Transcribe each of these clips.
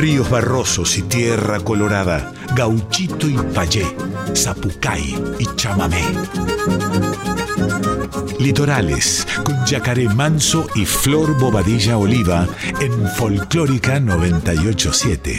ríos barrosos y tierra colorada, gauchito y payé, zapucay y chamamé. Litorales, con Yacaré Manso y Flor Bobadilla Oliva en Folclórica 98.7.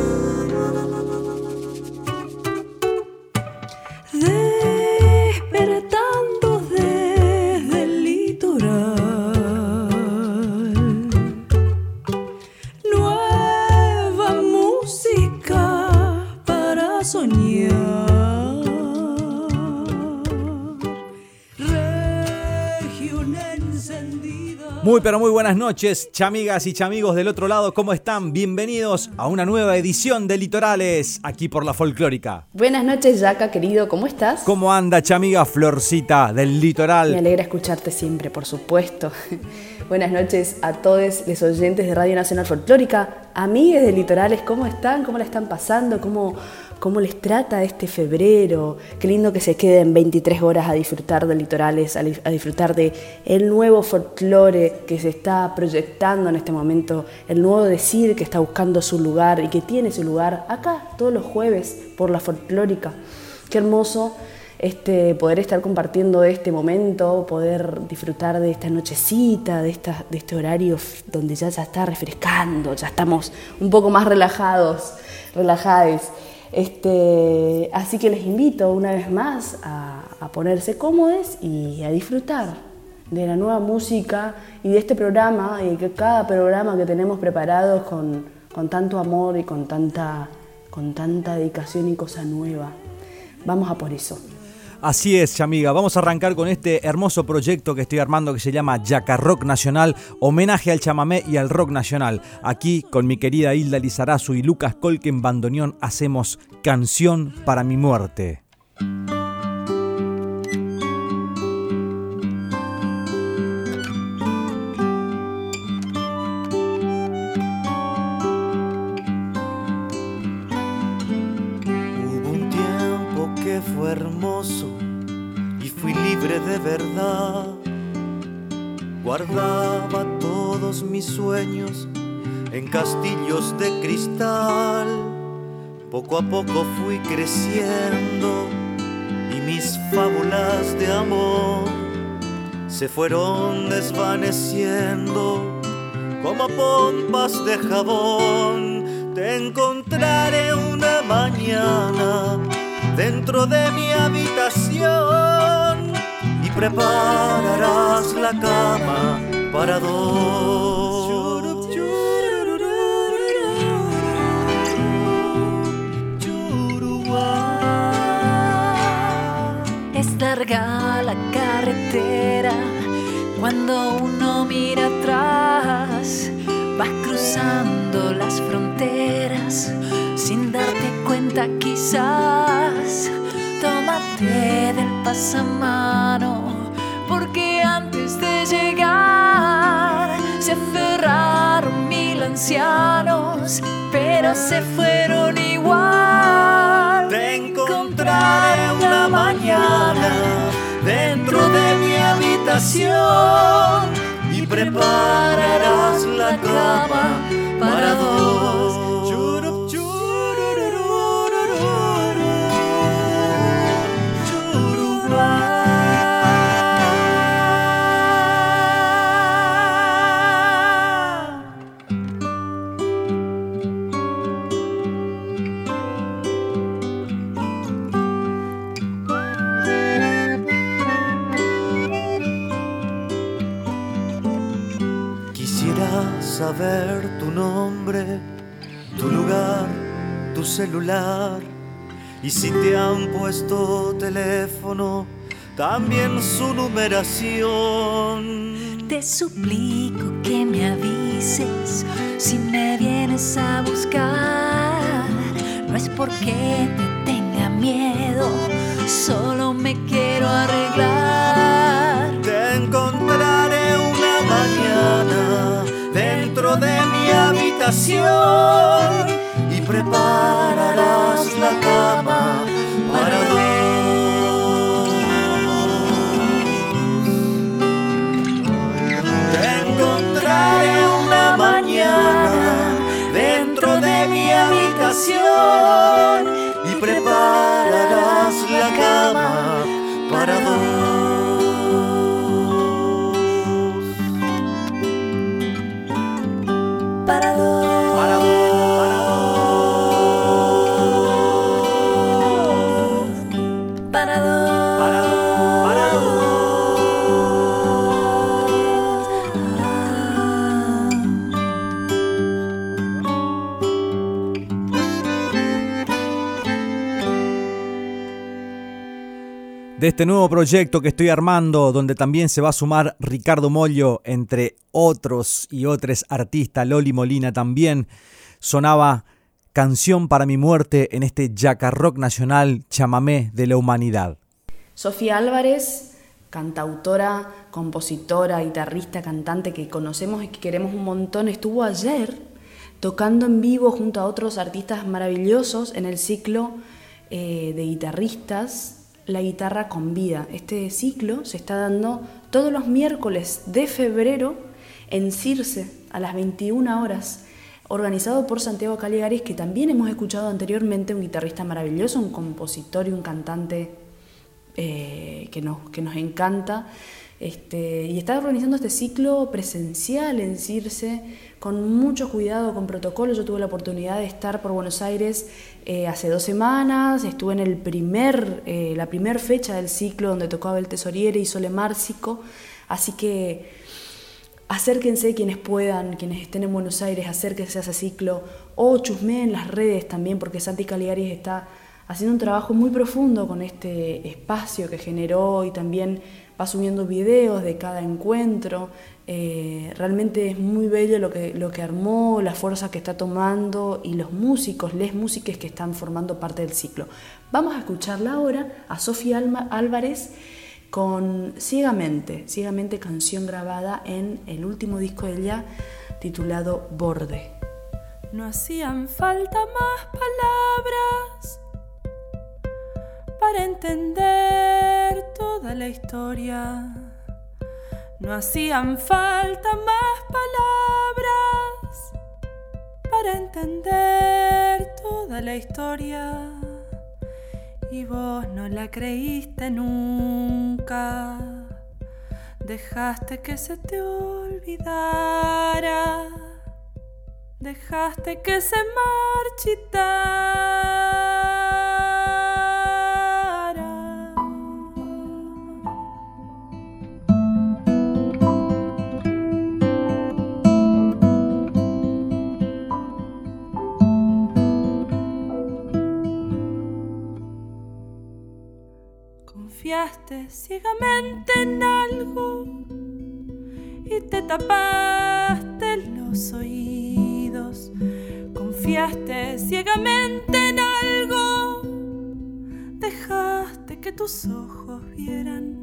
Muy pero muy buenas noches, chamigas y chamigos del otro lado, ¿cómo están? Bienvenidos a una nueva edición de Litorales, aquí por la Folclórica. Buenas noches, Yaca, querido, ¿cómo estás? ¿Cómo anda, chamiga Florcita del Litoral? Me alegra escucharte siempre, por supuesto. Buenas noches a todos los oyentes de Radio Nacional Folclórica, amigues de Litorales, ¿cómo están? ¿Cómo la están pasando? ¿Cómo les trata este febrero? Qué lindo que se queden 23 horas a disfrutar de Litorales, a disfrutar de el nuevo folclore que se está proyectando en este momento, el nuevo decir que está buscando su lugar y que tiene su lugar acá todos los jueves por la Folclórica. Qué hermoso poder estar compartiendo este momento, poder disfrutar de esta nochecita, de este horario donde ya está refrescando, ya estamos un poco más relajados. Así que les invito una vez más a ponerse cómodos y a disfrutar de la nueva música y de este programa, y que cada programa que tenemos preparados con tanto amor y con tanta dedicación y cosa nueva. Vamos a por eso. Así es, chamiga. Vamos a arrancar con este hermoso proyecto que estoy armando que se llama Yaca Rock Nacional, homenaje al chamamé y al rock nacional. Aquí, con mi querida Hilda Lizarazu y Lucas Colque en bandoneón, hacemos Canción para mi muerte. Hubo un tiempo que fue hermoso y fui libre de verdad. Guardaba todos mis sueños en castillos de cristal. Poco a poco fui creciendo y mis fábulas de amor se fueron desvaneciendo como pompas de jabón. Te encontraré una mañana dentro de mi habitación y prepararás la cama para dos. Es larga la carretera cuando uno mira atrás. Vas cruzando las fronteras sin darte cuenta quizás. Tómate del pasamano, porque antes de llegar se aferraron 1000 ancianos, pero se fueron igual. Te encontraré una mañana dentro de mi habitación y prepararás la cama para dos. Saber tu nombre, tu lugar, tu celular, y si te han puesto teléfono, también su numeración. Te suplico que me avises si me vienes a buscar. No es porque te tenga miedo, solo me quiero arreglar. Te encontraré una mañana dentro de mi habitación y prepararás la cama para dos. Te encontraré una mañana dentro de mi habitación y prepararás la cama para dos. Para dos. Para dos. Para dos. Para dos. Para dos. De este nuevo proyecto que estoy armando, donde también se va a sumar Ricardo Mollo, entre otros y otros artistas, Loli Molina también, sonaba Canción para mi muerte en este Yacarrock Nacional Chamamé de la Humanidad. Sofía Álvarez, cantautora, compositora, guitarrista, cantante que conocemos y que queremos un montón, estuvo ayer tocando en vivo junto a otros artistas maravillosos en el ciclo de guitarristas La Guitarra con Vida. Este ciclo se está dando todos los miércoles de febrero en Circe a las 21 horas, organizado por Santiago Caligaris, que también hemos escuchado anteriormente, un guitarrista maravilloso, un compositor y un cantante que nos encanta. Y está organizando este ciclo presencial en Circe con mucho cuidado, con protocolo. Yo tuve la oportunidad de estar por Buenos Aires hace 2 semanas, estuve en la primer fecha del ciclo donde tocó Abel Tesoriere y Sole Márcico, así que acérquense quienes puedan, quienes estén en Buenos Aires, acérquense a ese ciclo o chusmeen las redes también, porque Santi Caligaris está haciendo un trabajo muy profundo con este espacio que generó y también va subiendo videos de cada encuentro. Realmente es muy bello lo que armó, la fuerza que está tomando y los músicos, les músiques que están formando parte del ciclo. Vamos a escucharla ahora a Sofía Álvarez con Ciegamente, canción grabada en el último disco de ella titulado Borde. No hacían falta más palabras para entender toda la historia. No hacían falta más palabras para entender toda la historia. Y vos no la creíste nunca. Dejaste que se te olvidara. Dejaste que se marchitara. Confiaste ciegamente en algo y te tapaste los oídos. Confiaste ciegamente en algo, dejaste que tus ojos vieran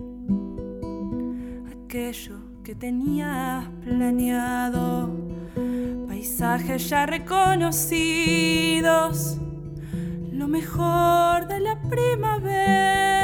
aquello que tenías planeado. Paisajes ya reconocidos, lo mejor de la primavera.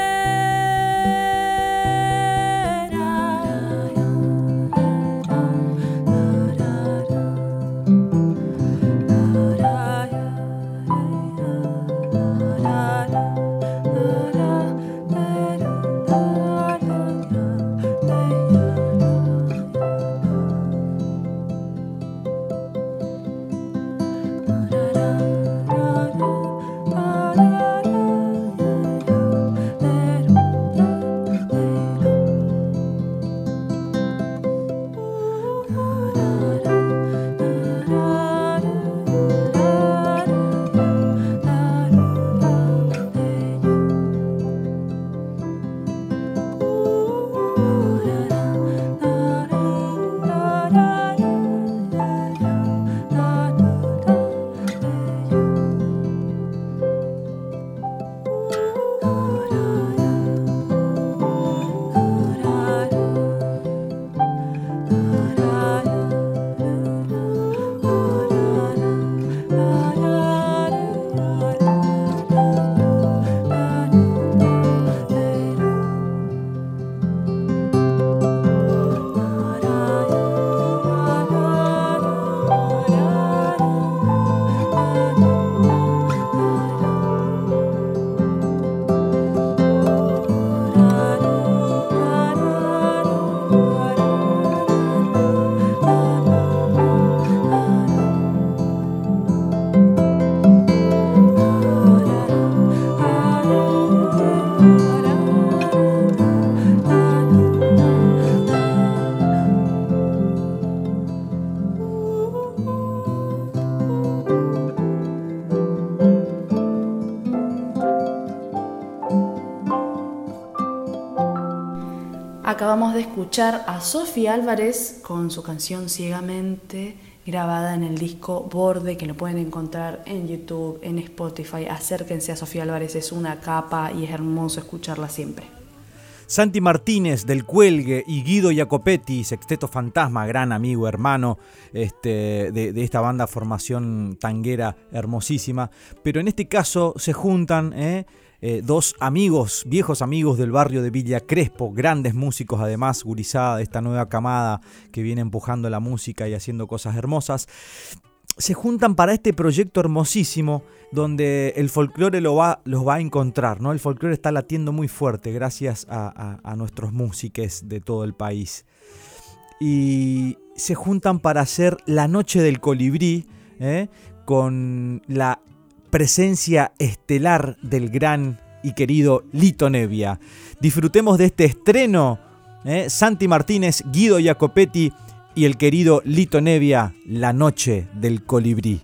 Acabamos de escuchar a Sofía Álvarez con su canción Ciegamente, grabada en el disco Borde, que lo pueden encontrar en YouTube, en Spotify. Acérquense a Sofía Álvarez, es una capa y es hermoso escucharla siempre. Santi Martínez del Cuelgue y Guido Jacopetti, Sexteto Fantasma, gran amigo, hermano de esta banda, formación tanguera hermosísima. Pero en este caso se juntan dos amigos, viejos amigos del barrio de Villa Crespo, grandes músicos además, gurizada de esta nueva camada que viene empujando la música y haciendo cosas hermosas. Se juntan para este proyecto hermosísimo donde el folclore los va a encontrar, ¿no? El folclore está latiendo muy fuerte gracias a nuestros músicos de todo el país. Y se juntan para hacer La Noche del Colibrí, con la presencia estelar del gran y querido Lito Nebbia. Disfrutemos de este estreno, Santi Martínez, Guido Jacopetti y el querido Lito Nebbia, La Noche del Colibrí.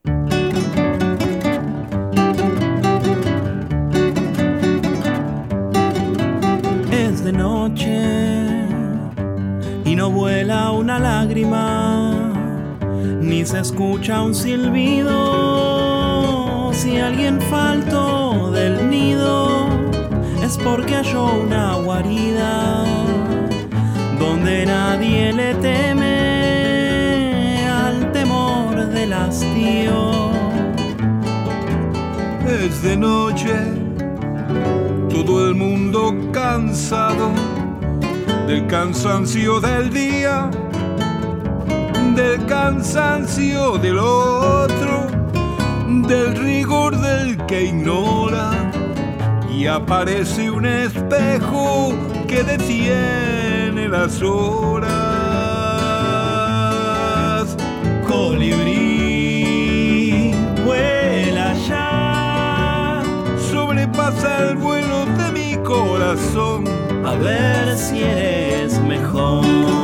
Es de noche y no vuela una lágrima, ni se escucha un silbido. Si alguien faltó del nido, es porque halló una guarida donde nadie le teme al temor del hastío. Es de noche, todo el mundo cansado del cansancio del día, del cansancio del otro, del rigor del que ignora, y aparece un espejo que detiene las horas. Colibrí, vuela ya, sobrepasa el vuelo de mi corazón, a ver si eres mejor.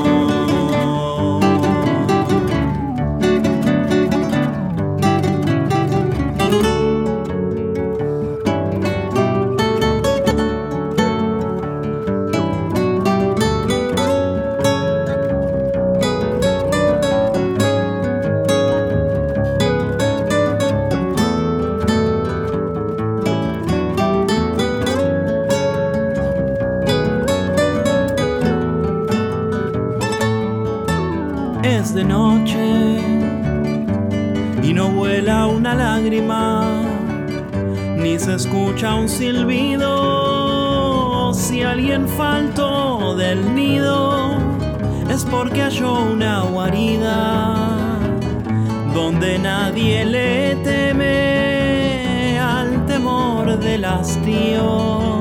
Es de noche y no vuela una lágrima, ni se escucha un silbido. Si alguien faltó del nido, es porque halló una guarida donde nadie le teme al temor del hastío.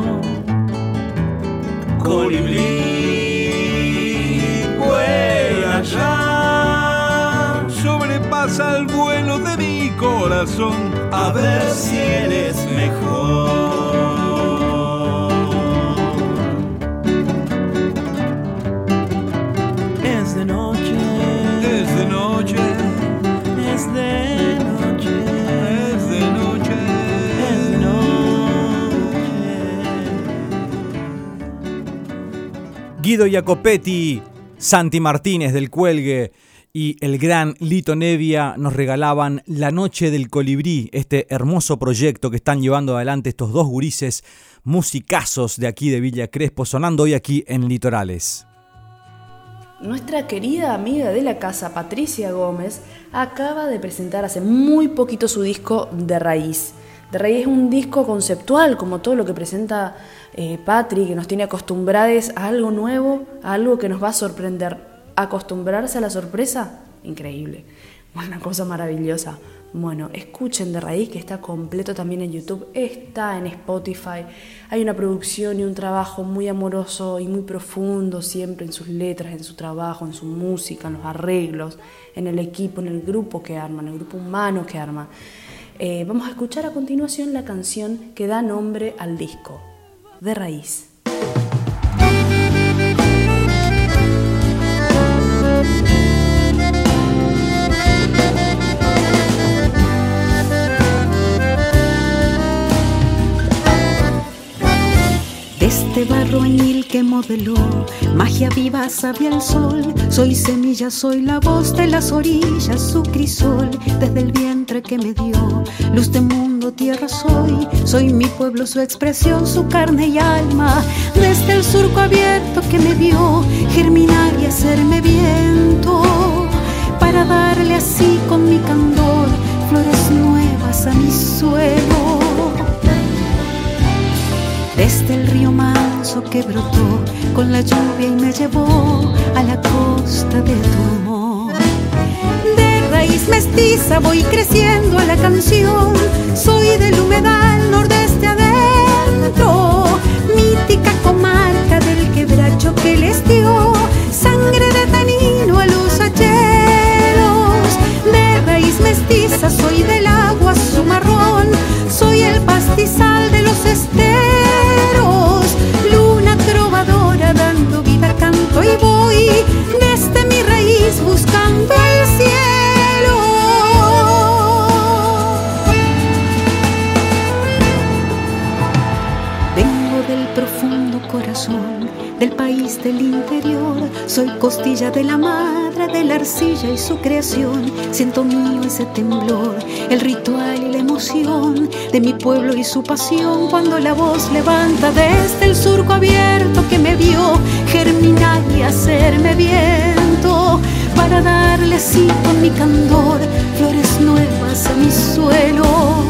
Colibrí, vuela ya, sobrepasa el vuelo de mi corazón, a ver si eres mejor. Es de noche, es de noche, es de noche, es de noche, es de noche. Guido Jacopetti, Santi Martínez del Cuelgue y el gran Lito Nebbia nos regalaban La Noche del Colibrí, este hermoso proyecto que están llevando adelante estos dos gurises musicazos de aquí de Villa Crespo, sonando hoy aquí en Litorales. Nuestra querida amiga de la casa, Patricia Gómez, acaba de presentar hace muy poquito su disco De Raíz. De Raíz es un disco conceptual, como todo lo que presenta Patri, que nos tiene acostumbrados a algo nuevo, a algo que nos va a sorprender. Acostumbrarse a la sorpresa, increíble, una cosa maravillosa. Bueno, escuchen De Raíz, que está completo también en YouTube, está en Spotify. Hay una producción y un trabajo muy amoroso y muy profundo siempre en sus letras, en su trabajo, en su música, en los arreglos, en el equipo, en el grupo que arman, el grupo humano que arman. Vamos a escuchar a continuación la canción que da nombre al disco, De Raíz. De este barro añil que modeló, magia viva, sabia el sol. Soy semilla, soy la voz de las orillas, su crisol, desde el vientre que me dio. Luz de mundo, tierra soy mi pueblo, su expresión, su carne y alma. Desde el surco abierto que me vio, germinar y hacerme viento, para darle así con mi candor flores nuevas a mi suelo. Desde el río manso que brotó con la lluvia y me llevó a la costa de tu amor. De raíz mestiza voy creciendo a la canción, soy del humedal nordeste adentro, mítica comarca del quebracho que les dio sangre de tanino a los hacheros. De raíz mestiza soy del agua su marrón, soy el pastizal de los esteros, luna trovadora dando vida canto y voy desde mi raíz buscando el cielo. Vengo del profundo corazón del país del interior, soy costilla de la madre, de la arcilla y su creación. Siento mío ese temblor, el ritual y la emoción de mi pueblo y su pasión, cuando la voz levanta desde el surco abierto que me vio germinar y hacerme viento, para darle así con mi candor flores nuevas a mi suelo.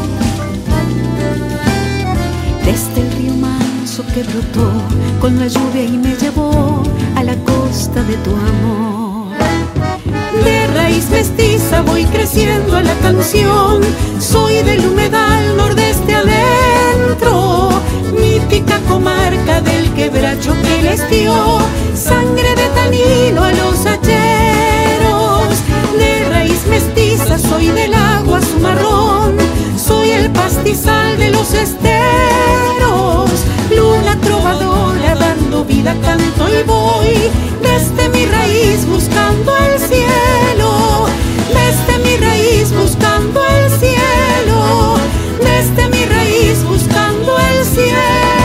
Desde el río manso que brotó con la lluvia y me llevó a la costa de tu amor. De raíz mestiza voy creciendo a la canción, soy del humedal nordeste adentro, mítica comarca del quebracho que les dio sangre de tanino a los hacheros. De raíz mestiza soy del agua su marrón, soy el pastizal de los esteros, luna trovadora dando vida canto y voy desde mi raíz buscando el cielo, desde mi raíz buscando el cielo, desde mi raíz buscando el cielo.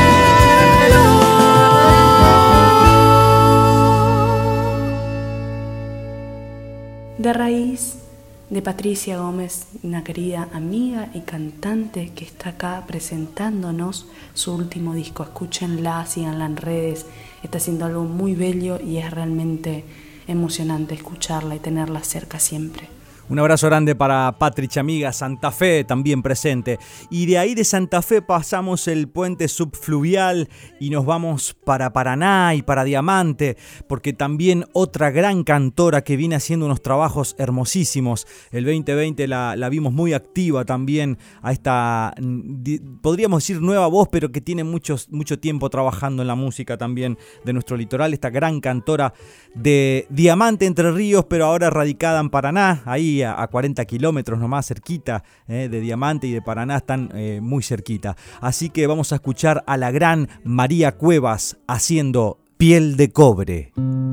De raíz, de Patricia Gómez, una querida amiga y cantante que está acá presentándonos su último disco. Escúchenla, síganla en redes, está haciendo algo muy bello y es realmente emocionante escucharla y tenerla cerca siempre. Un abrazo grande para Patricia amiga, Santa Fe también presente. Y de ahí de Santa Fe pasamos el puente subfluvial y nos vamos para Paraná y para Diamante, porque también otra gran cantora que viene haciendo unos trabajos hermosísimos. El 2020 la vimos muy activa también a esta, podríamos decir nueva voz, pero que tiene mucho tiempo trabajando en la música también de nuestro litoral. Esta gran cantora de Diamante, Entre Ríos, pero ahora radicada en Paraná, ahí a 40 kilómetros nomás, cerquita de Diamante y de Paraná, están muy cerquita. Así que vamos a escuchar a la gran María Cuevas haciendo Piel de Cobre.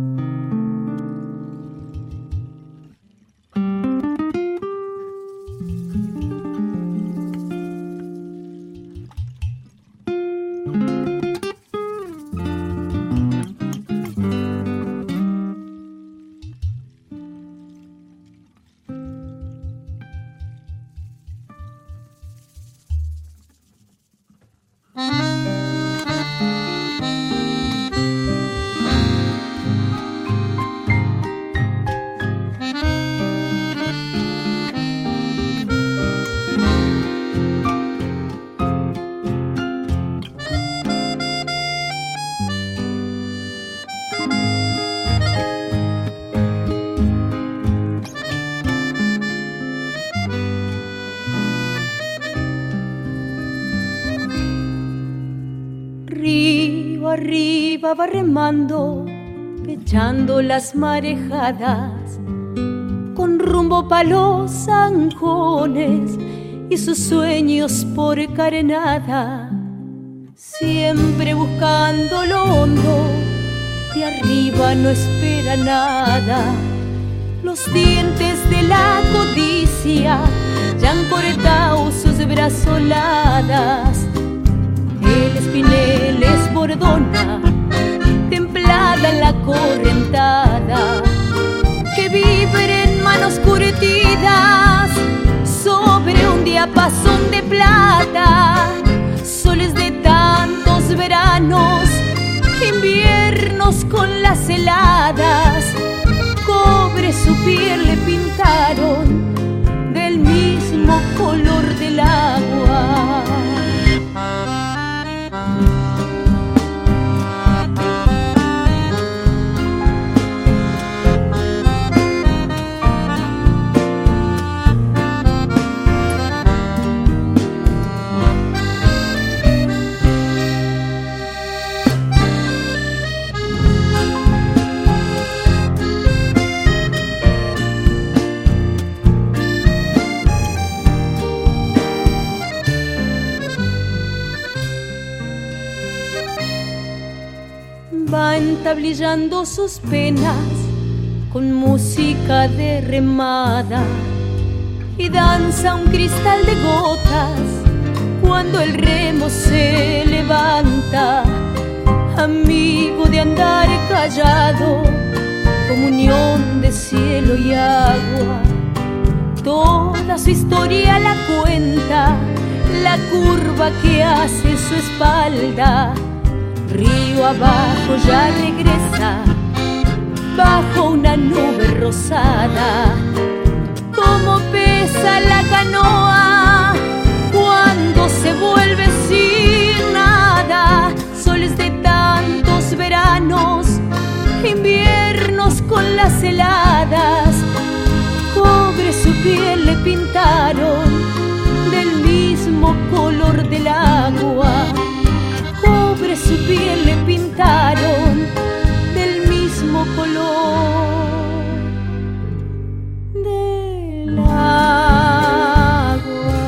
Arriba va remando, echando las marejadas, con rumbo pa' los zanjones y sus sueños por carenada, siempre buscando lo hondo, de arriba no espera nada. Los dientes de la codicia ya han cortado sus brazoladas. El espinel es bordona templada la correntada, que vibre en manos curtidas sobre un diapasón de plata, soles de tantos veranos, inviernos con las heladas, cobre su piel le pintaron del mismo color del agua. Va entablillando sus penas con música de remada y danza un cristal de gotas cuando el remo se levanta, amigo de andar callado, comunión de cielo y agua. Toda su historia la cuenta, la curva que hace su espalda. Río abajo ya regresa, bajo una nube rosada. Cómo pesa la canoa cuando se vuelve sin nada. Soles de tantos veranos, inviernos con las heladas. Cobre su piel le pintaron del mismo color del agua. Cobre su piel le pintaron del mismo color del agua.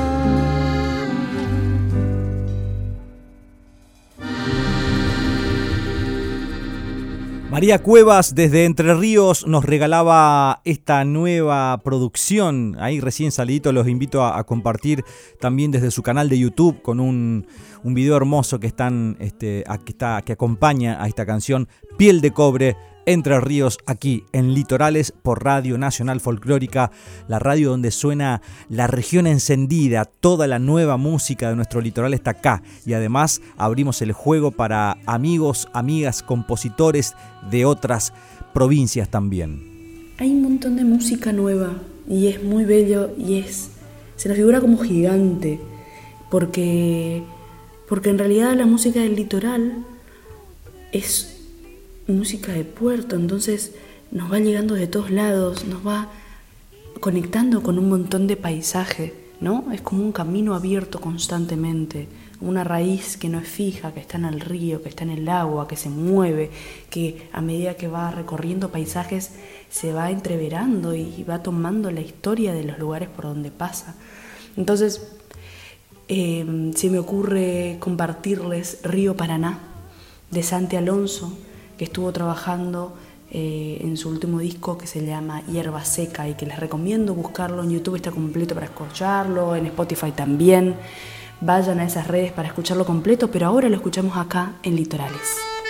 María Cuevas desde Entre Ríos nos regalaba esta nueva producción, ahí recién salidito, los invito a compartir también desde su canal de YouTube con un video hermoso que acompaña a esta canción, Piel de Cobre, Entre Ríos, aquí en Litorales por Radio Nacional Folclórica, la radio donde suena la región encendida. Toda la nueva música de nuestro litoral está acá y además abrimos el juego para amigos, amigas, compositores de otras provincias también. Hay un montón de música nueva y es muy bello y se nos figura como gigante porque en realidad la música del litoral es música de puerto, entonces nos va llegando de todos lados, nos va conectando con un montón de paisaje, ¿no? Es como un camino abierto constantemente, una raíz que no es fija, que está en el río, que está en el agua, que se mueve, que a medida que va recorriendo paisajes se va entreverando y va tomando la historia de los lugares por donde pasa. Entonces, se me ocurre compartirles Río Paraná, de Santi Alonso, que estuvo trabajando en su último disco que se llama Hierba Seca y que les recomiendo buscarlo en YouTube, está completo para escucharlo, en Spotify también. Vayan a esas redes para escucharlo completo, pero ahora lo escuchamos acá en Litorales.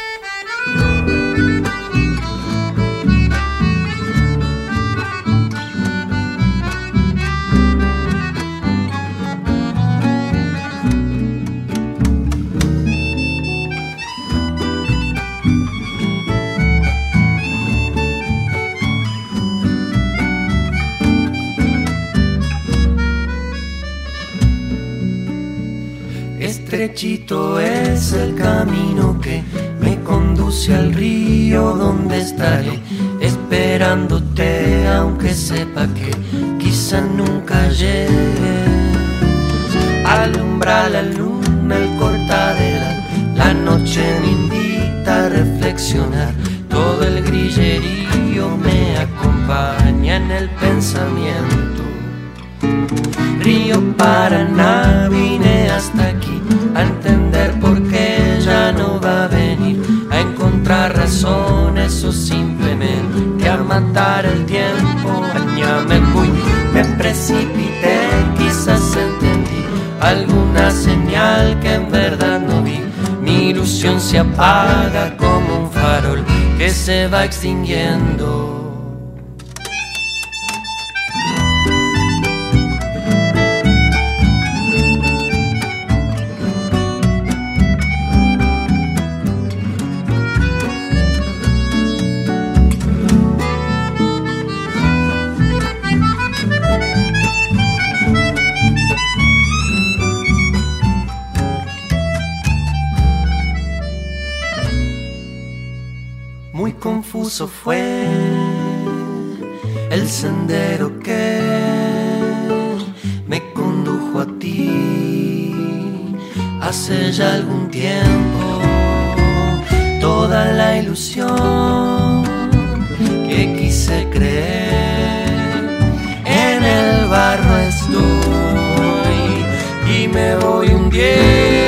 Estrechito es el camino que me conduce al río donde estaré esperándote, aunque sepa que quizá nunca llegue. Alumbra la luna, el cortadera, la noche me invita a reflexionar. Todo el grillerío me acompaña en el pensamiento. Río Paraná, vine hasta aquí a entender por qué ya no va a venir, a encontrar razones o simplemente a matar el tiempo. Ya me fui, me precipité, quizás entendí alguna señal que en verdad no vi. Mi ilusión se apaga como un farol que se va extinguiendo. Confuso fue el sendero que me condujo a ti hace ya algún tiempo. Toda la ilusión que quise creer, en el barro estoy y me voy hundiendo.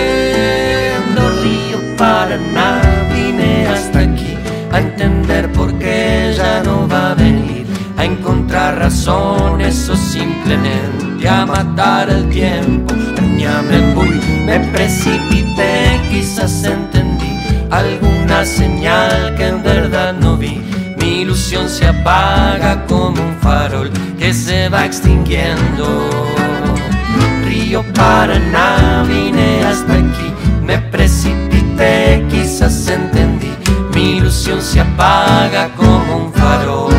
Río Paraná, vine hasta aquí a entender por qué ya no va a venir, a encontrar razones o simplemente a matar el tiempo. Me precipité, quizás entendí alguna señal que en verdad no vi. Mi ilusión se apaga como un farol que se va extinguiendo. Río Paraná, vine hasta aquí, me precipité, quizás entendí. Mi ilusión se apaga como un farol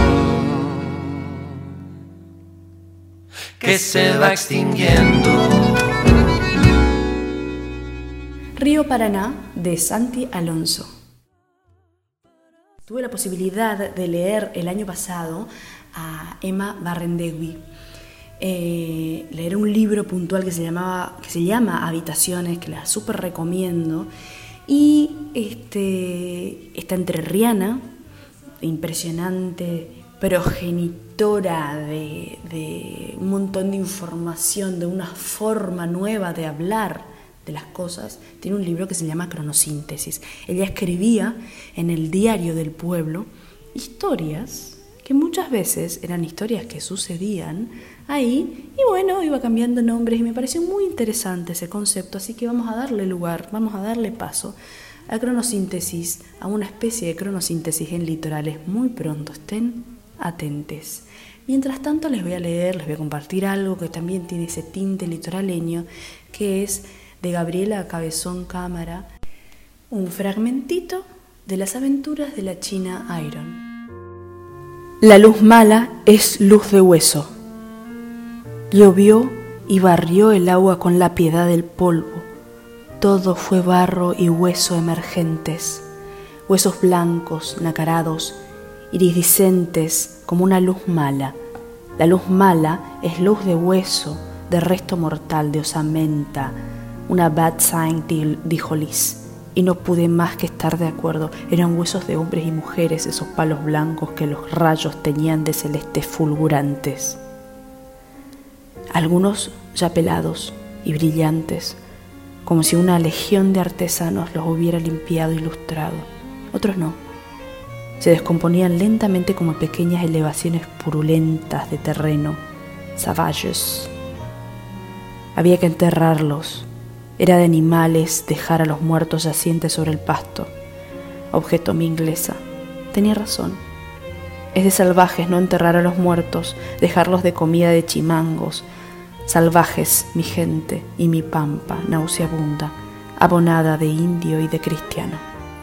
que se va extinguiendo. Río Paraná, de Santi Alonso. Tuve la posibilidad de leer el año pasado a Emma Barrendegui. Leer un libro puntual que se llama Habitaciones, que la súper recomiendo. Y esta entrerriana, impresionante, progenitora de un montón de información, de una forma nueva de hablar de las cosas, tiene un libro que se llama Cronosíntesis. Ella escribía en el diario del pueblo historias que muchas veces eran historias que sucedían ahí, y bueno, iba cambiando nombres, y me pareció muy interesante ese concepto, así que vamos a darle lugar, vamos a darle paso a cronosíntesis, a una especie de cronosíntesis en litorales muy pronto. Estén atentes. Mientras tanto les voy a compartir algo que también tiene ese tinte litoraleño, que es de Gabriela Cabezón Cámara, un fragmentito de las aventuras de la China Iron. La luz mala es luz de hueso. Llovió y barrió el agua con la piedad del polvo. Todo fue barro y hueso emergentes, huesos blancos, nacarados, iridiscentes como una luz mala. La luz mala es luz de hueso, de resto mortal, de osamenta. Una bad sign, dijo Liz, y no pude más que estar de acuerdo. Eran huesos de hombres y mujeres, esos palos blancos que los rayos teñían de celestes fulgurantes. Algunos ya pelados y brillantes, como si una legión de artesanos los hubiera limpiado y lustrado. Otros no. Se descomponían lentamente como pequeñas elevaciones purulentas de terreno, savages. Había que enterrarlos. Era de animales dejar a los muertos yacientes sobre el pasto. Objetó mi inglesa. Tenía razón. Es de salvajes no enterrar a los muertos, dejarlos de comida de chimangos. Salvajes mi gente y mi pampa nauseabunda, abonada de indio y de cristiano.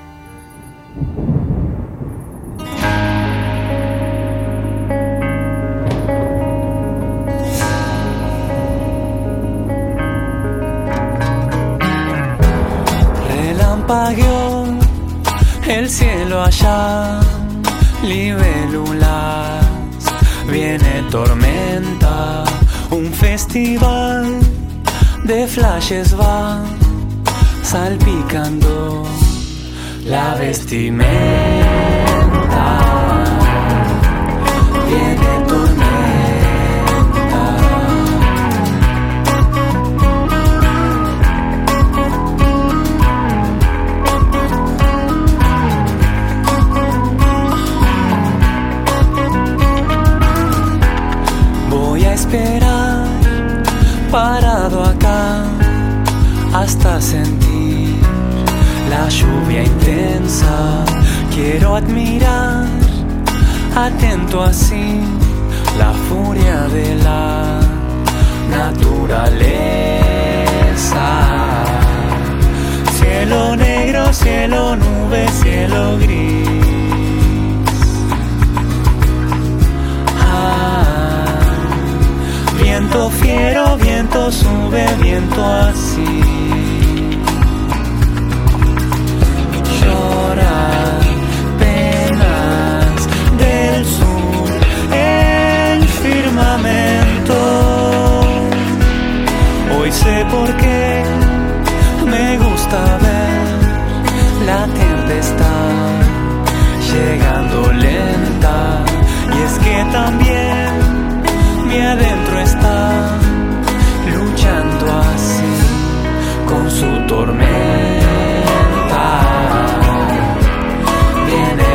Relampagueó el cielo allá, libélulas, viene tormenta. Un festival de flashes va salpicando la vestimenta. Viene tormenta. Voy a esperar parado acá hasta sentir la lluvia intensa Quiero admirar, atento así, la furia de la naturaleza. Cielo negro, cielo nube, cielo gris. Viento fiero, viento sube, viento así. Llora penas del sur, el firmamento. Hoy sé por qué me gusta ver la tempestad llegando lenta. Y es que también mi adentro está luchando así con su tormenta. Viene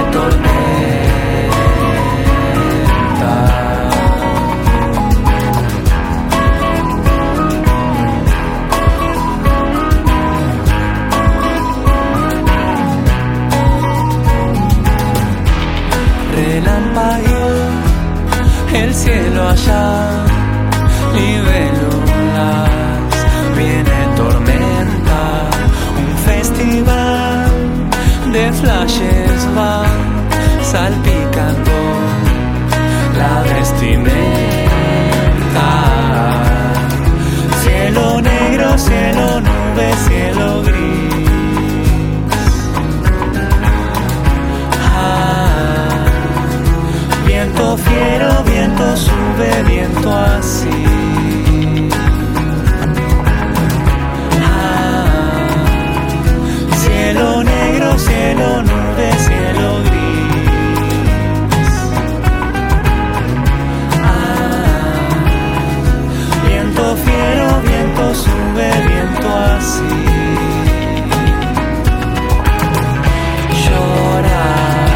tormenta. Relampagueo el cielo allá, libélulas, viene tormenta, un festival de flashes va salpicando la vestimenta. Cielo negro, cielo nube, cielo gris. Viento fiero, viento sube, viento así. Cielo negro, cielo nube, cielo gris. Viento fiero, viento sube, viento así. Llora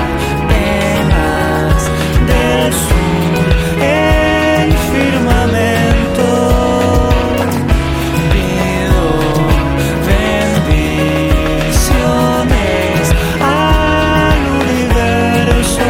del sur, el firmamento. Pido bendiciones al universo.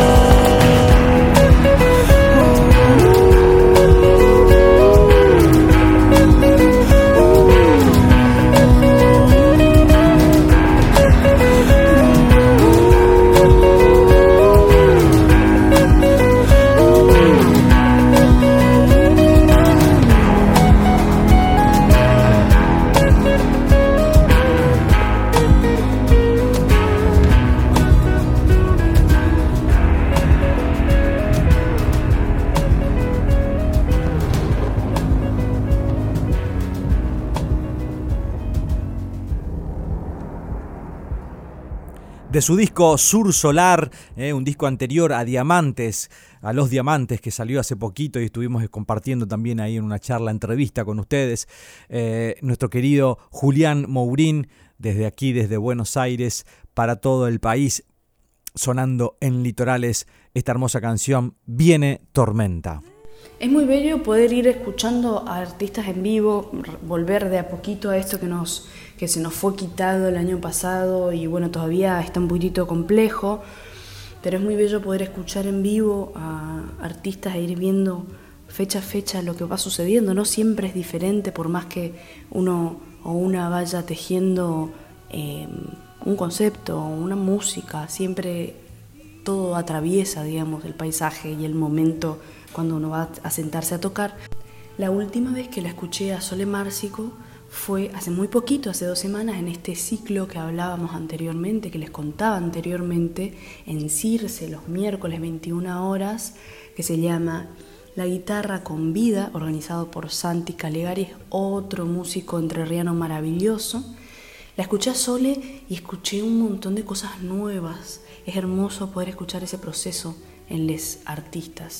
De su disco Sur Solar, un disco anterior a Diamantes, a Los Diamantes, que salió hace poquito y estuvimos compartiendo también ahí en una charla, entrevista con ustedes, nuestro querido Julián Mourín, desde aquí, desde Buenos Aires, para todo el país, sonando en Litorales esta hermosa canción, Viene Tormenta. Es muy bello poder ir escuchando a artistas en vivo, volver de a poquito a esto que se nos fue quitado el año pasado y bueno, todavía está un poquitito complejo, pero es muy bello poder escuchar en vivo a artistas e ir viendo fecha a fecha lo que va sucediendo. No siempre es diferente, por más que uno o una vaya tejiendo un concepto, una música, siempre todo atraviesa, digamos, el paisaje y el momento cuando uno va a sentarse a tocar. La última vez que la escuché a Sole Márcico fue hace muy poquito, hace 2 semanas, en este ciclo que hablábamos anteriormente, que les contaba anteriormente, en Circe, los miércoles 21 horas, que se llama La Guitarra con Vida, organizado por Santi Calegari, otro músico entrerriano maravilloso. La escuché a Sole y escuché un montón de cosas nuevas. Es hermoso poder escuchar ese proceso en les artistas.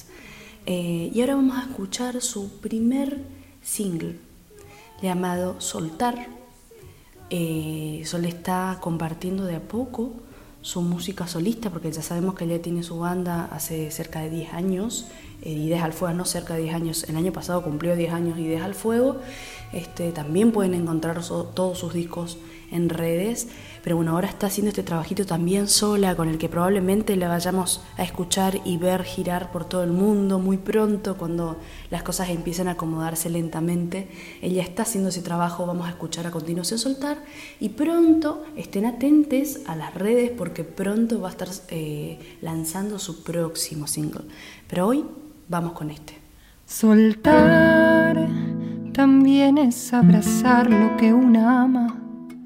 Y ahora vamos a escuchar su primer single, llamado Soltar. Sole está compartiendo de a poco su música solista, porque ya sabemos que ella tiene su banda hace cerca de 10 años, Ideas al Fuego, no cerca de 10 años, el año pasado cumplió 10 años Ideas al Fuego. También pueden encontrar todos sus discos en redes, pero bueno, ahora está haciendo este trabajito también sola, con el que probablemente la vayamos a escuchar y ver girar por todo el mundo muy pronto, cuando las cosas empiecen a acomodarse lentamente. Ella está haciendo ese trabajo, vamos a escuchar a continuación Soltar, y pronto estén atentos a las redes porque pronto va a estar lanzando su próximo single. Pero hoy vamos con este. Soltar también es abrazar lo que una ama,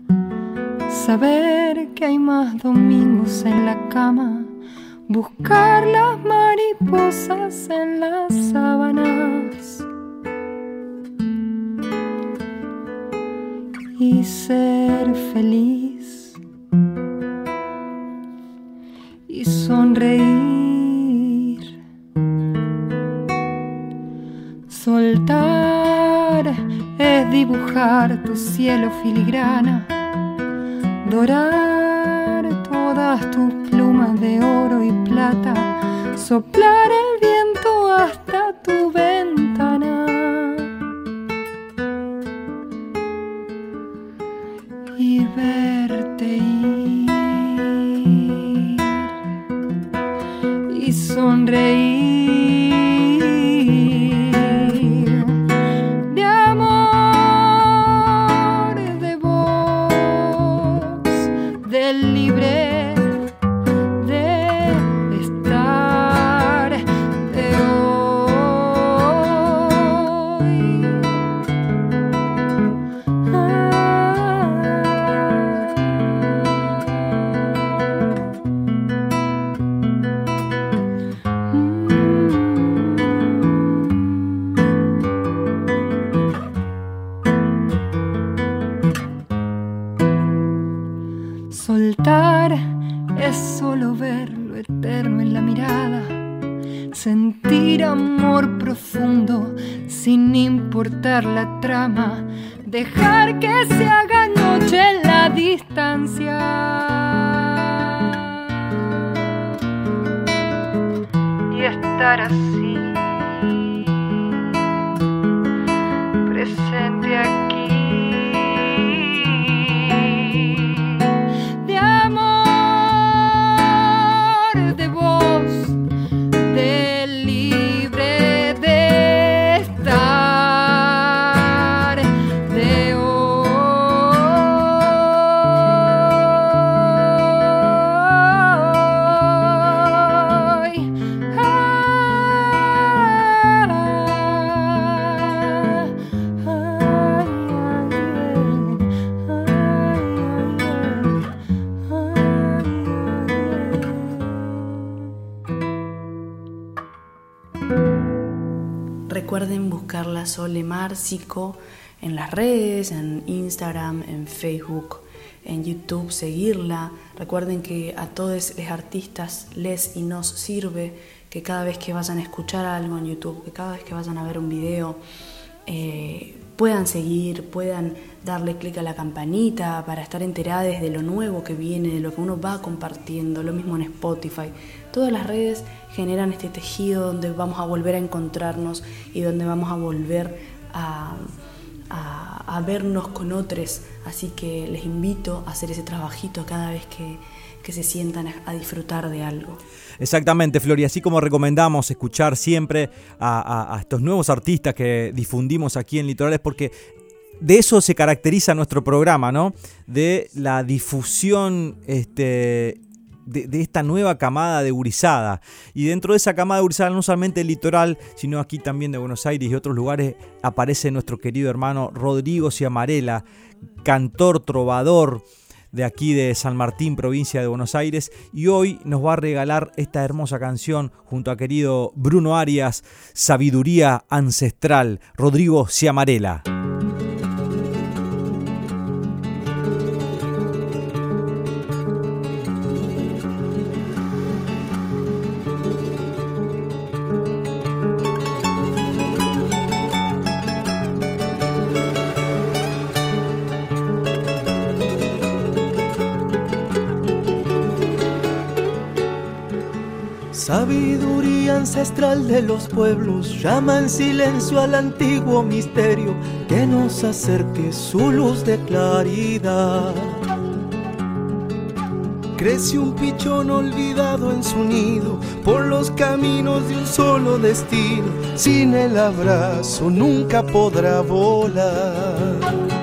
saber que hay más domingos en la cama, buscar las mariposas en las sábanas y ser feliz y sonreír. Soltar es dibujar tu cielo filigrana, dorar todas tus plumas de oro y plata, soplar el viento hasta tu ventana y verte ir y sonreír. Libre de estar de hoy. Soltar es solo ver lo eterno en la mirada, sentir amor profundo sin importar la trama, dejar que se haga noche en la distancia y estar así, presente aquí. Recuerden buscarla Sole Márcico en las redes, en Instagram, en Facebook, en YouTube, seguirla. Recuerden que a todos los artistas les y nos sirve que cada vez que vayan a escuchar algo en YouTube, que cada vez que vayan a ver un video, puedan seguir, puedan darle clic a la campanita para estar enterados de lo nuevo que viene, de lo que uno va compartiendo. Lo mismo en Spotify. Todas las redes generan este tejido donde vamos a volver a encontrarnos y donde vamos a volver a vernos con otros. Así que les invito a hacer ese trabajito cada vez que se sientan a disfrutar de algo. Exactamente, Flori, así como recomendamos escuchar siempre a estos nuevos artistas que difundimos aquí en Litorales, porque de eso se caracteriza nuestro programa, ¿no? De la difusión de esta nueva camada de gurizada. Y dentro de esa camada de gurizada, no solamente el litoral, sino aquí también de Buenos Aires y otros lugares, aparece nuestro querido hermano Rodrigo Ciamarela, cantor, trovador de aquí de San Martín, provincia de Buenos Aires, y hoy nos va a regalar esta hermosa canción junto a querido Bruno Arias, Sabiduría Ancestral. Rodrigo Ciamarela. Sabiduría memoria ancestral de los pueblos llama en silencio al antiguo misterio que nos acerque su luz de claridad. Crece un pichón olvidado en su nido por los caminos de un solo destino. Sin el abrazo nunca podrá volar.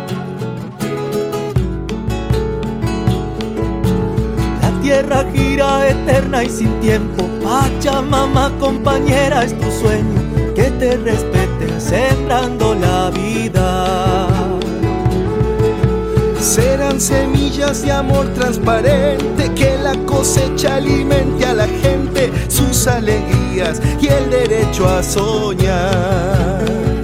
La tierra gira eterna y sin tiempo. Pachamama, compañera, es tu sueño. Que te respeten sembrando la vida. Serán semillas de amor transparente, que la cosecha alimente a la gente sus alegrías y el derecho a soñar.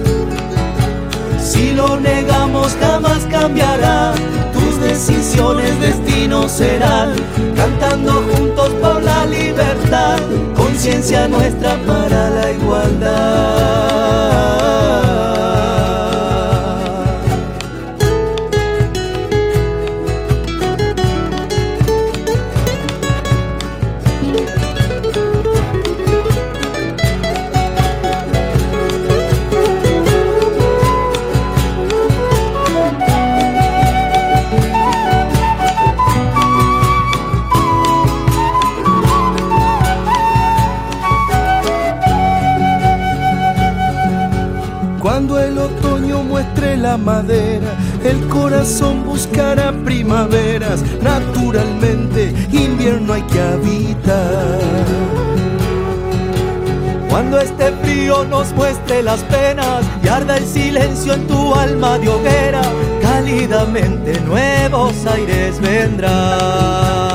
Si lo negamos jamás cambiará, tus decisiones destino serán. Cantando juntos por la libertad, conciencia nuestra para la igualdad. Cuando el otoño muestre la madera, el corazón buscará primaveras. Naturalmente, invierno hay que habitar. Cuando este frío nos muestre las penas y arda el silencio en tu alma de hoguera, cálidamente nuevos aires vendrán.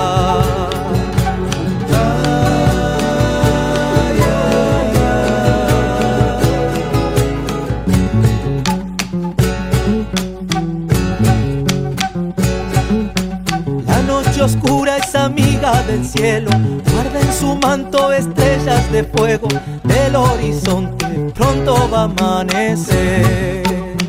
Oscura es amiga del cielo, guarda en su manto estrellas de fuego. Del horizonte pronto va a amanecer.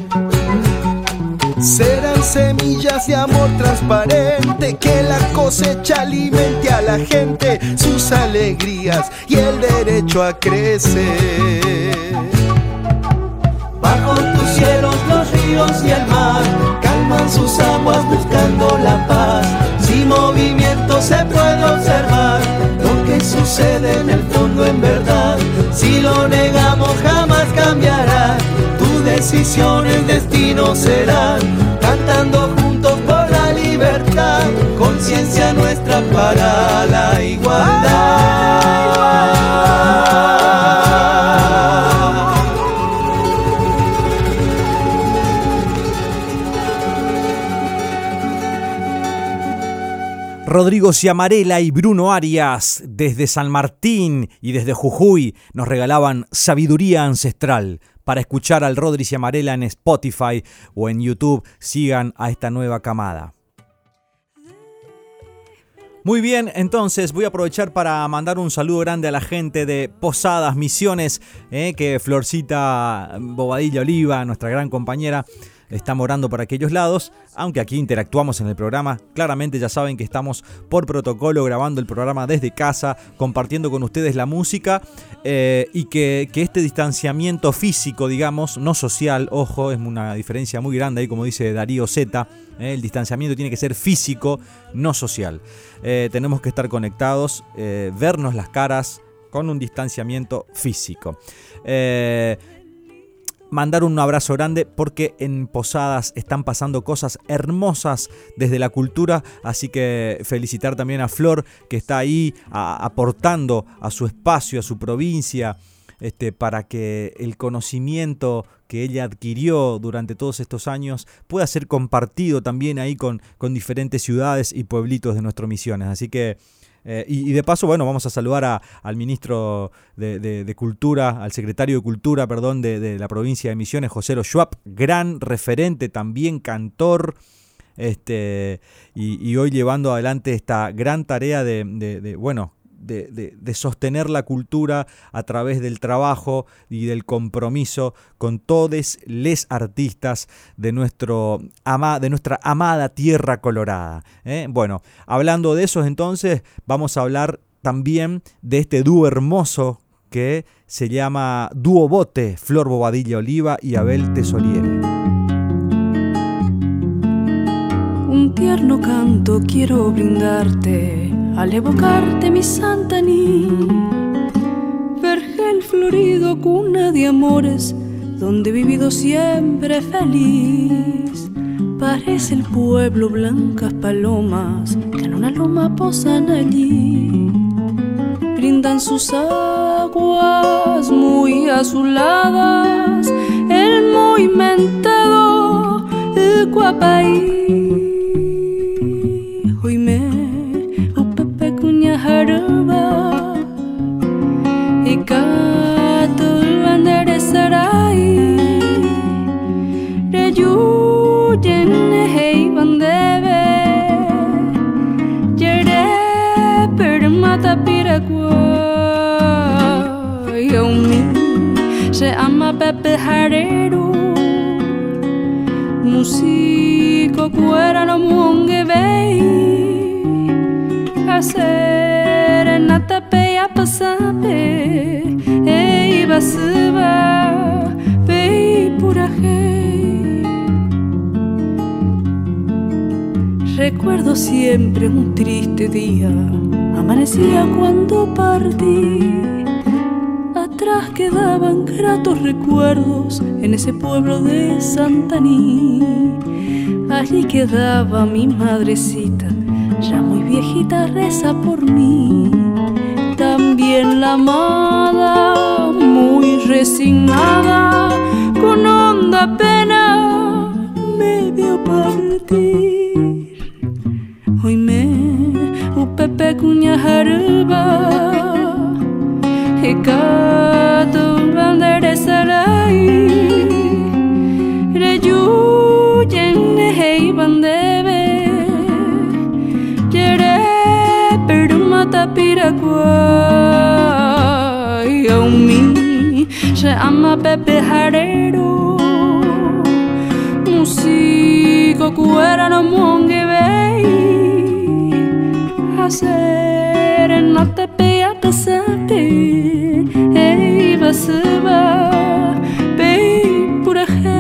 Serán semillas de amor transparente, que la cosecha alimente a la gente sus alegrías y el derecho a crecer. Bajo tus cielos los ríos y el mar calman sus aguas buscando la paz. Sin movimiento se puede observar lo que sucede en el fondo en verdad. Si lo negamos jamás cambiará, tu decisión el destino será. Cantando juntos por la libertad, conciencia nuestra para la igualdad. Rodrigo Ciamarela y Bruno Arias, desde San Martín y desde Jujuy, nos regalaban Sabiduría Ancestral. Para escuchar al Rodri Ciamarela en Spotify o en YouTube, sigan a esta nueva camada. Muy bien, entonces voy a aprovechar para mandar un saludo grande a la gente de Posadas Misiones, que Florcita Bobadilla Oliva, nuestra gran compañera, está morando por aquellos lados, aunque aquí interactuamos en el programa. Claramente ya saben que estamos por protocolo grabando el programa desde casa, compartiendo con ustedes la música y que este distanciamiento físico, digamos, no social, ojo, es una diferencia muy grande ahí, como dice Darío Z, el distanciamiento tiene que ser físico, no social. Tenemos que estar conectados, vernos las caras con un distanciamiento físico. Mandar un abrazo grande porque en Posadas están pasando cosas hermosas desde la cultura, así que felicitar también a Flor, que está ahí aportando a su espacio, a su provincia, para que el conocimiento que ella adquirió durante todos estos años pueda ser compartido también ahí con diferentes ciudades y pueblitos de nuestras Misiones. Así que y de paso, bueno, vamos a saludar al ministro de Cultura, al secretario de Cultura, perdón, de la provincia de Misiones, José Schwab, gran referente, también cantor, y hoy llevando adelante esta gran tarea de sostener la cultura a través del trabajo y del compromiso con todos les artistas de nuestra amada Tierra Colorada. Bueno, hablando de esos entonces, vamos a hablar también de este dúo hermoso que se llama Dúo Bote, Flor Bobadilla Oliva y Abel Tesoriere. Un tierno canto quiero brindarte al evocarte mi Santaní, vergel florido, cuna de amores, donde he vivido siempre feliz. Parece el pueblo blancas palomas que en una loma posan allí. Brindan sus aguas muy azuladas el movimentado Guapaí. Hoy me upepe cuña jaruba y catul bandere sarai reyu jenne hei bandebe jere permata piragua yomi se ama Pepe Jarero músico cuera no monge vei hacer en atape a pasape e iba suba vei puraje. Recuerdo siempre un triste día, amanecía cuando partí. Atrás quedaban gratos recuerdos en ese pueblo de Santaní. Allí quedaba mi madrecita, ya muy viejita, reza por mí. También la amada, muy resignada, con honda pena me vio partir. Hoy me upepe cuña jaruba Hekatu bandere sarai reyu jenne hei bandebe jere perumata piragua yomi se ama Pepe Jarero músico cuera no monge vei hacer en la tepe a pasate e iba suba vei puraje.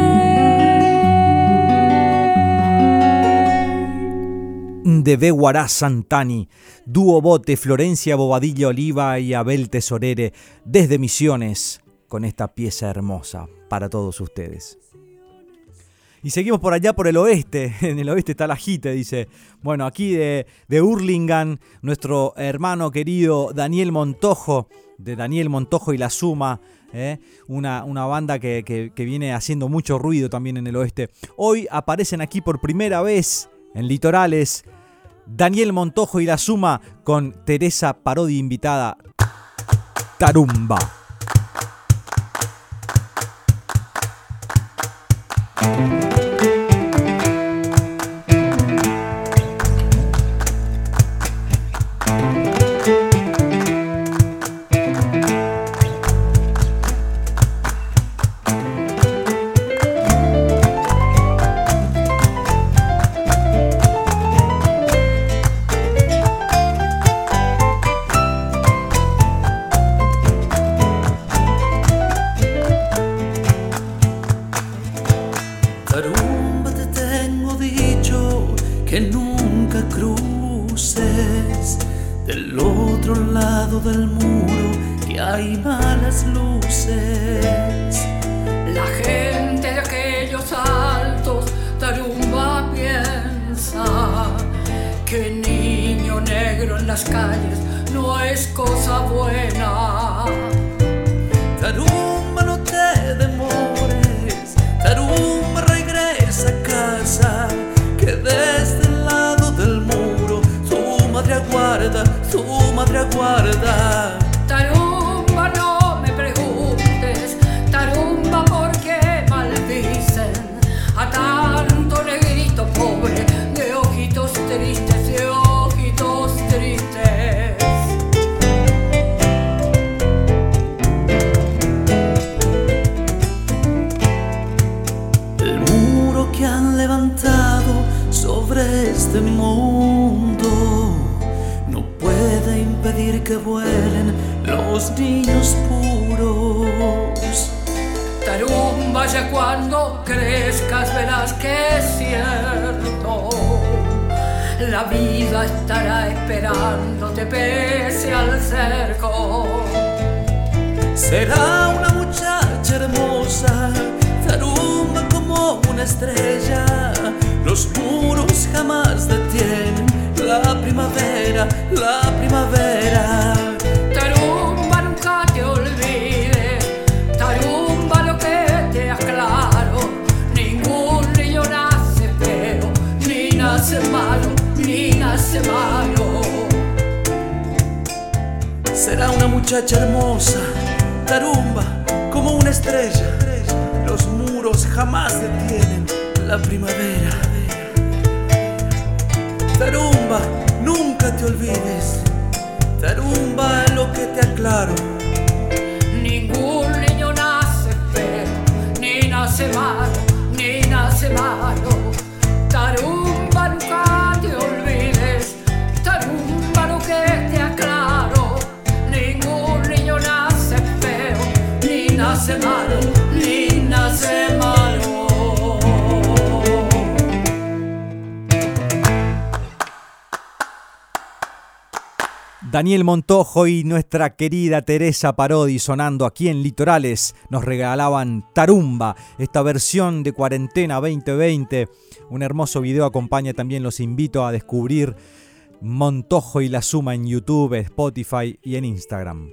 De Beguará Santani, Dúo Bote, Florencia Bobadilla Oliva y Abel Tesoriere, desde Misiones, con esta pieza hermosa para todos ustedes. Y seguimos por allá por el oeste, en el oeste está la Jite, dice. Bueno, aquí de Hurlingham, nuestro hermano querido Daniel Montojo, de Daniel Montojo y La Suma, una banda que viene haciendo mucho ruido también en el oeste. Hoy aparecen aquí por primera vez en Litorales, Daniel Montojo y La Suma con Teresa Parodi invitada, Tarumba. los niños puros. Tarumba, ya cuando crezcas verás que es cierto. La vida estará esperándote pese al cerco. Será una muchacha hermosa, Tarumba como una estrella. Los muros jamás detienen la primavera, la primavera. Tarumba, nunca te olvides, Tarumba, lo que te aclaro. Ningún niño nace feo, ni nace malo, ni nace malo. Será una muchacha hermosa, Tarumba como una estrella. Los muros jamás detienen la primavera. Tarumba, nunca te olvides, Tarumba, lo que te aclaro. Ningún niño nace feo, ni nace malo, ni nace malo. Tarumba, nunca te olvides, Tarumba, lo que te aclaro. Ningún niño nace feo, ni nace malo, ni nace malo. Daniel Montojo y nuestra querida Teresa Parodi sonando aquí en Litorales nos regalaban Tarumba, esta versión de Cuarentena 2020. Un hermoso video acompaña también, los invito a descubrir Montojo y la Suma en YouTube, Spotify y en Instagram.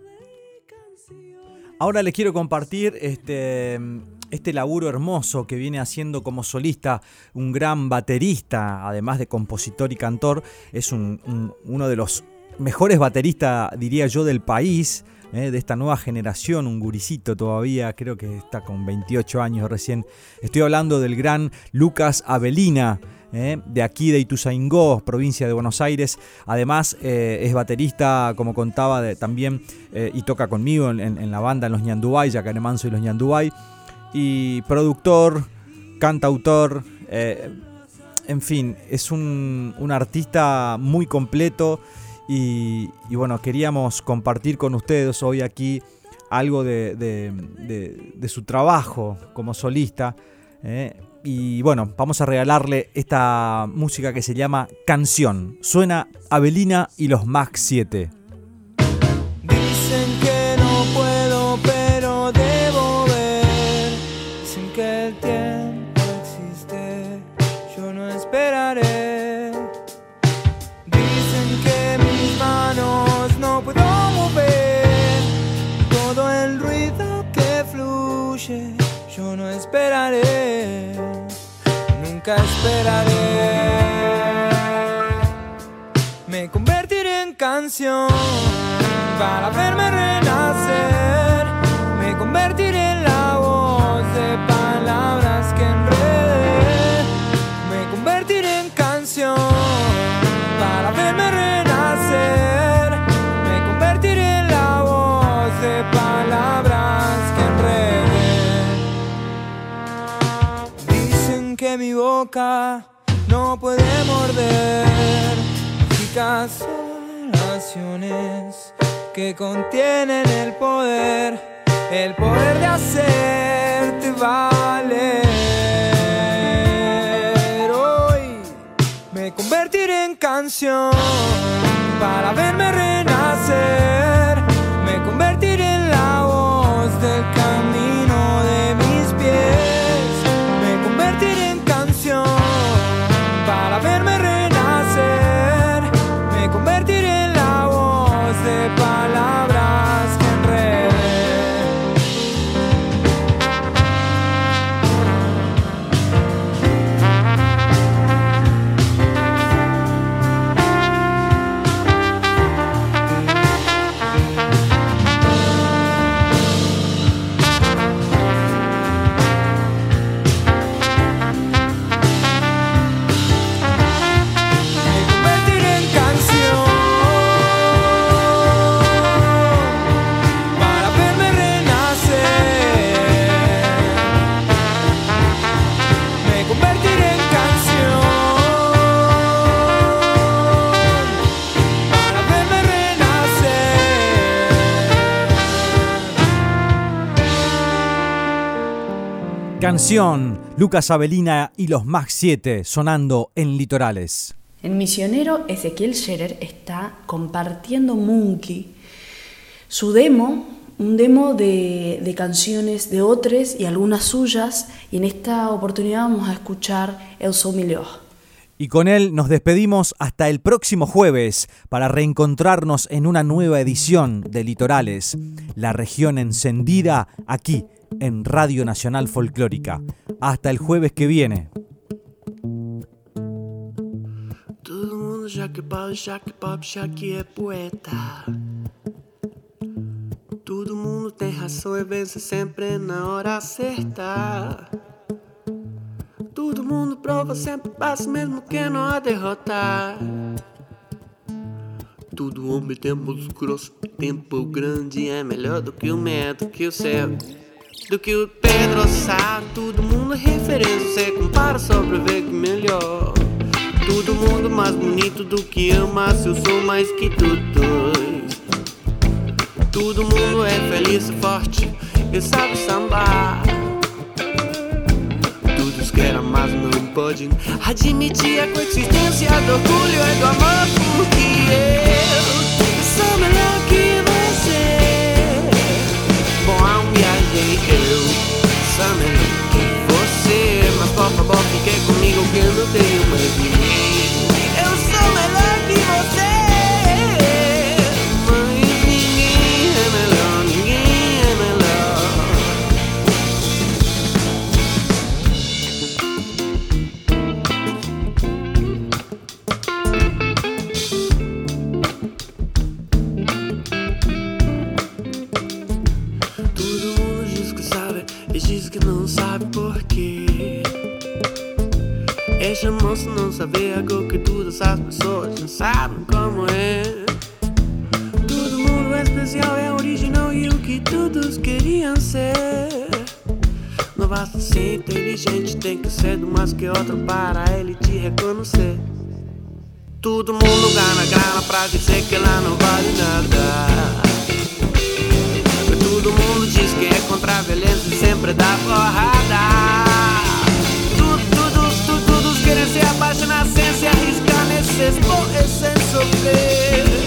Ahora les quiero compartir este laburo hermoso que viene haciendo como solista un gran baterista, además de compositor y cantor. Es uno de los mejores bateristas, diría yo, del país, de esta nueva generación, un guricito todavía, creo que está con 28 años recién. Estoy hablando del gran Lucas Avelina, de aquí de Ituzaingó, provincia de Buenos Aires. Además es baterista, como contaba, también, y toca conmigo en la banda, en los Ñandubay, Yacaré Manso y los Ñandubay, y productor, cantautor, en fin, es un artista muy completo. Y bueno, queríamos compartir con ustedes hoy aquí algo de su trabajo como solista. Y bueno, vamos a regalarle esta música que se llama Canción. Suena Avelina y los Max 7. Dicen que no puedo, pero debo ver. Dicen que el tiempo existe, yo no esperaré. No puedo mover todo el ruido que fluye. Yo no esperaré, nunca esperaré. Me convertiré en canción para verme renacer. Me convertiré en la voz de palabras que enredé. Me convertiré en canción para verme renacer. Palabras que enreden. Dicen que mi boca no puede morder chicas oraciones que contienen el poder de hacerte valer. Hoy me convertiré en canción para verme renacer. Me convertiré en la voz del camino de mis pies. Me convertiré en canción para verme renacer. Me convertiré en la voz de palabras que enreden. Canción, Lucas Avelina y los Max 7 sonando en Litorales. El misionero Ezequiel Scherer está compartiendo Monkey, su demo, un demo de canciones de otros y algunas suyas, y en esta oportunidad vamos a escuchar El Sou Millor. Y con él nos despedimos hasta el próximo jueves para reencontrarnos en una nueva edición de Litorales, la región encendida aquí en Radio Nacional Folclórica. Hasta el jueves que viene. Todo mundo já que pop, já que é poeta. Todo mundo tem razão e vence sempre na hora certa. Todo mundo prova sempre passa mesmo que não há derrotar. Todo homem tem músculos grosso, tempo grande é melhor do que o medo, que o céu, do que o Pedro Sá. Todo mundo é referência, você compara só pra ver que melhor. Todo mundo mais bonito do que eu, mas eu sou mais que tu dois. Todo mundo é feliz e forte e sabe sambar. Todos querem, mas não podem admitir a coexistência do orgulho e do amor. Porque eu sou melhor que você. Bom, a viagem eu sou melhor que você. Mas por favor, fique comigo que eu não tenho mais ninguém. Eu sou melhor que você. Que não sabe porquê. Esse moço não sabe algo que todas as pessoas não sabem como é. Todo mundo é especial, é original e o que todos queriam ser. Não basta ser inteligente, tem que ser do mais que outro para ele te reconhecer. Todo mundo ganha grana pra dizer que ela não vale nada. Todo mundo diz que é contra a violência e sempre dá porrada. Todos querem se apaixonar sem se arriscar nesse expor e sem sofrer.